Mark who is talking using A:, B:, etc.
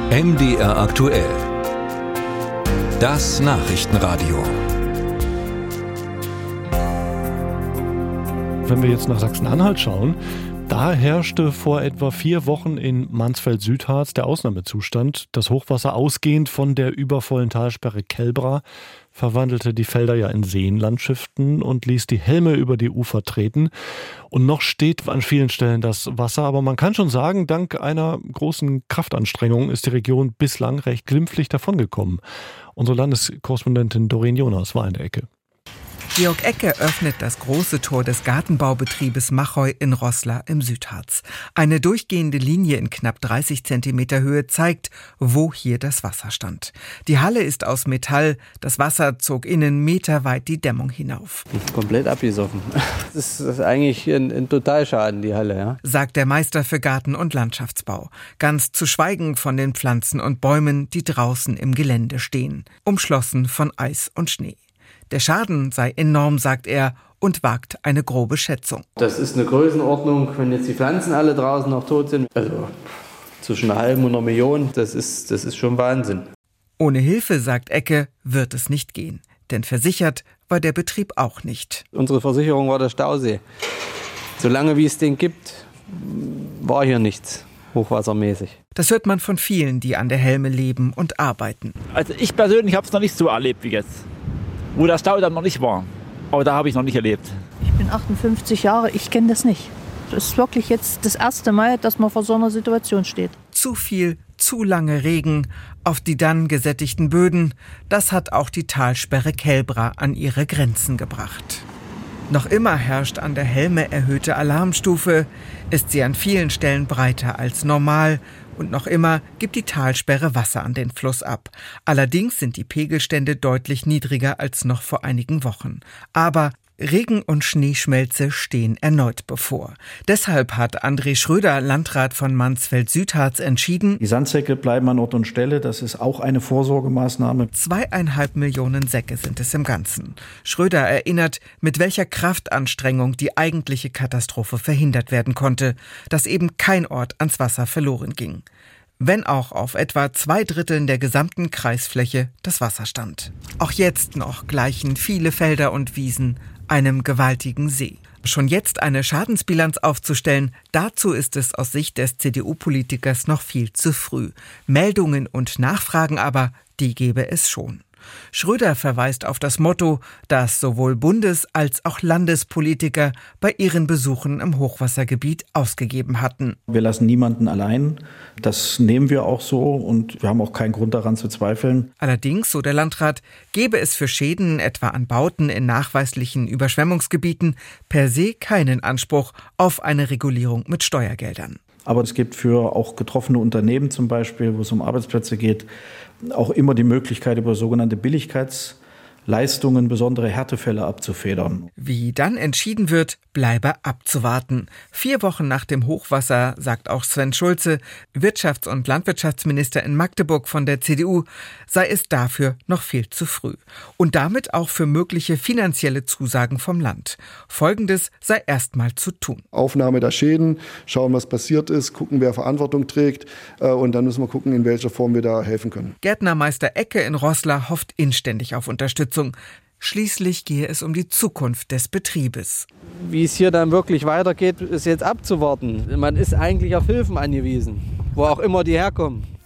A: MDR aktuell. Das Nachrichtenradio.
B: Wenn wir jetzt nach Sachsen-Anhalt schauen, da herrschte vor etwa 4 Wochen in Mansfeld-Südharz der Ausnahmezustand. Das Hochwasser, ausgehend von der übervollen Talsperre Kelbra, verwandelte die Felder ja in Seenlandschaften und ließ die Helme über die Ufer treten. Und noch steht an vielen Stellen das Wasser, aber man kann schon sagen, dank einer großen Kraftanstrengung ist die Region bislang recht glimpflich davongekommen. Unsere Landeskorrespondentin Doreen Jonas war in der Ecke.
C: Georg Ecke öffnet das große Tor des Gartenbaubetriebes Macheu in Roßla im Südharz. Eine durchgehende Linie in knapp 30 Zentimeter Höhe zeigt, wo hier das Wasser stand. Die Halle ist aus Metall, das Wasser zog innen meterweit die Dämmung hinauf.
D: Komplett abgesoffen. Das ist eigentlich ein Totalschaden, die Halle, ja.
C: Sagt der Meister für Garten- und Landschaftsbau. Ganz zu schweigen von den Pflanzen und Bäumen, die draußen im Gelände stehen, umschlossen von Eis und Schnee. Der Schaden sei enorm, sagt er, und wagt eine grobe Schätzung.
D: Das ist eine Größenordnung, wenn jetzt die Pflanzen alle draußen noch tot sind, also zwischen 1,5 und 1 Million, das ist schon Wahnsinn.
C: Ohne Hilfe, sagt Ecke, wird es nicht gehen. Denn versichert war der Betrieb auch nicht.
D: Unsere Versicherung war der Stausee. Solange wie es den gibt, war hier nichts hochwassermäßig.
C: Das hört man von vielen, die an der Helme leben und arbeiten.
E: Also ich persönlich habe es noch nicht so erlebt wie jetzt, wo der Staudamm noch nicht war. Aber da habe ich noch nicht erlebt.
F: Ich bin 58 Jahre, ich kenne das nicht. Das ist wirklich jetzt das erste Mal, dass man vor so einer Situation steht.
C: Zu viel, zu lange Regen auf die dann gesättigten Böden, das hat auch die Talsperre Kelbra an ihre Grenzen gebracht. Noch immer herrscht an der Helme erhöhte Alarmstufe, ist sie an vielen Stellen breiter als normal. Und noch immer gibt die Talsperre Wasser an den Fluss ab. Allerdings sind die Pegelstände deutlich niedriger als noch vor einigen Wochen. Aber Regen- und Schneeschmelze stehen erneut bevor. Deshalb hat André Schröder, Landrat von Mansfeld-Südharz, entschieden,
G: die Sandsäcke bleiben an Ort und Stelle. Das ist auch eine Vorsorgemaßnahme.
C: 2,5 Millionen Säcke sind es im Ganzen. Schröder erinnert, mit welcher Kraftanstrengung die eigentliche Katastrophe verhindert werden konnte, dass eben kein Ort ans Wasser verloren ging. Wenn auch auf etwa 2/3 der gesamten Kreisfläche das Wasser stand. Auch jetzt noch gleichen viele Felder und Wiesen einem gewaltigen See. Schon jetzt eine Schadensbilanz aufzustellen, dazu ist es aus Sicht des CDU-Politikers noch viel zu früh. Meldungen und Nachfragen aber, die gäbe es schon. Schröder verweist auf das Motto, das sowohl Bundes- als auch Landespolitiker bei ihren Besuchen im Hochwassergebiet ausgegeben hatten.
G: Wir lassen niemanden allein. Das nehmen wir auch so und wir haben auch keinen Grund daran zu zweifeln.
C: Allerdings, so der Landrat, gäbe es für Schäden etwa an Bauten in nachweislichen Überschwemmungsgebieten per se keinen Anspruch auf eine Regulierung mit Steuergeldern.
G: Aber es gibt für auch getroffene Unternehmen zum Beispiel, wo es um Arbeitsplätze geht, auch immer die Möglichkeit, über sogenannte Billigkeitsleistungen besondere Härtefälle abzufedern.
C: Wie dann entschieden wird, bleibe abzuwarten. 4 Wochen nach dem Hochwasser, sagt auch Sven Schulze, Wirtschafts- und Landwirtschaftsminister in Magdeburg von der CDU, sei es dafür noch viel zu früh. Und damit auch für mögliche finanzielle Zusagen vom Land. Folgendes sei erstmal zu tun.
H: Aufnahme der Schäden, schauen, was passiert ist, gucken, wer Verantwortung trägt und dann müssen wir gucken, in welcher Form wir da helfen können.
C: Gärtnermeister Ecke in Roßla hofft inständig auf Unterstützung. Schließlich gehe es um die Zukunft des Betriebes.
D: Wie es hier dann wirklich weitergeht, ist jetzt abzuwarten. Man ist eigentlich auf Hilfen angewiesen, wo auch immer die herkommen.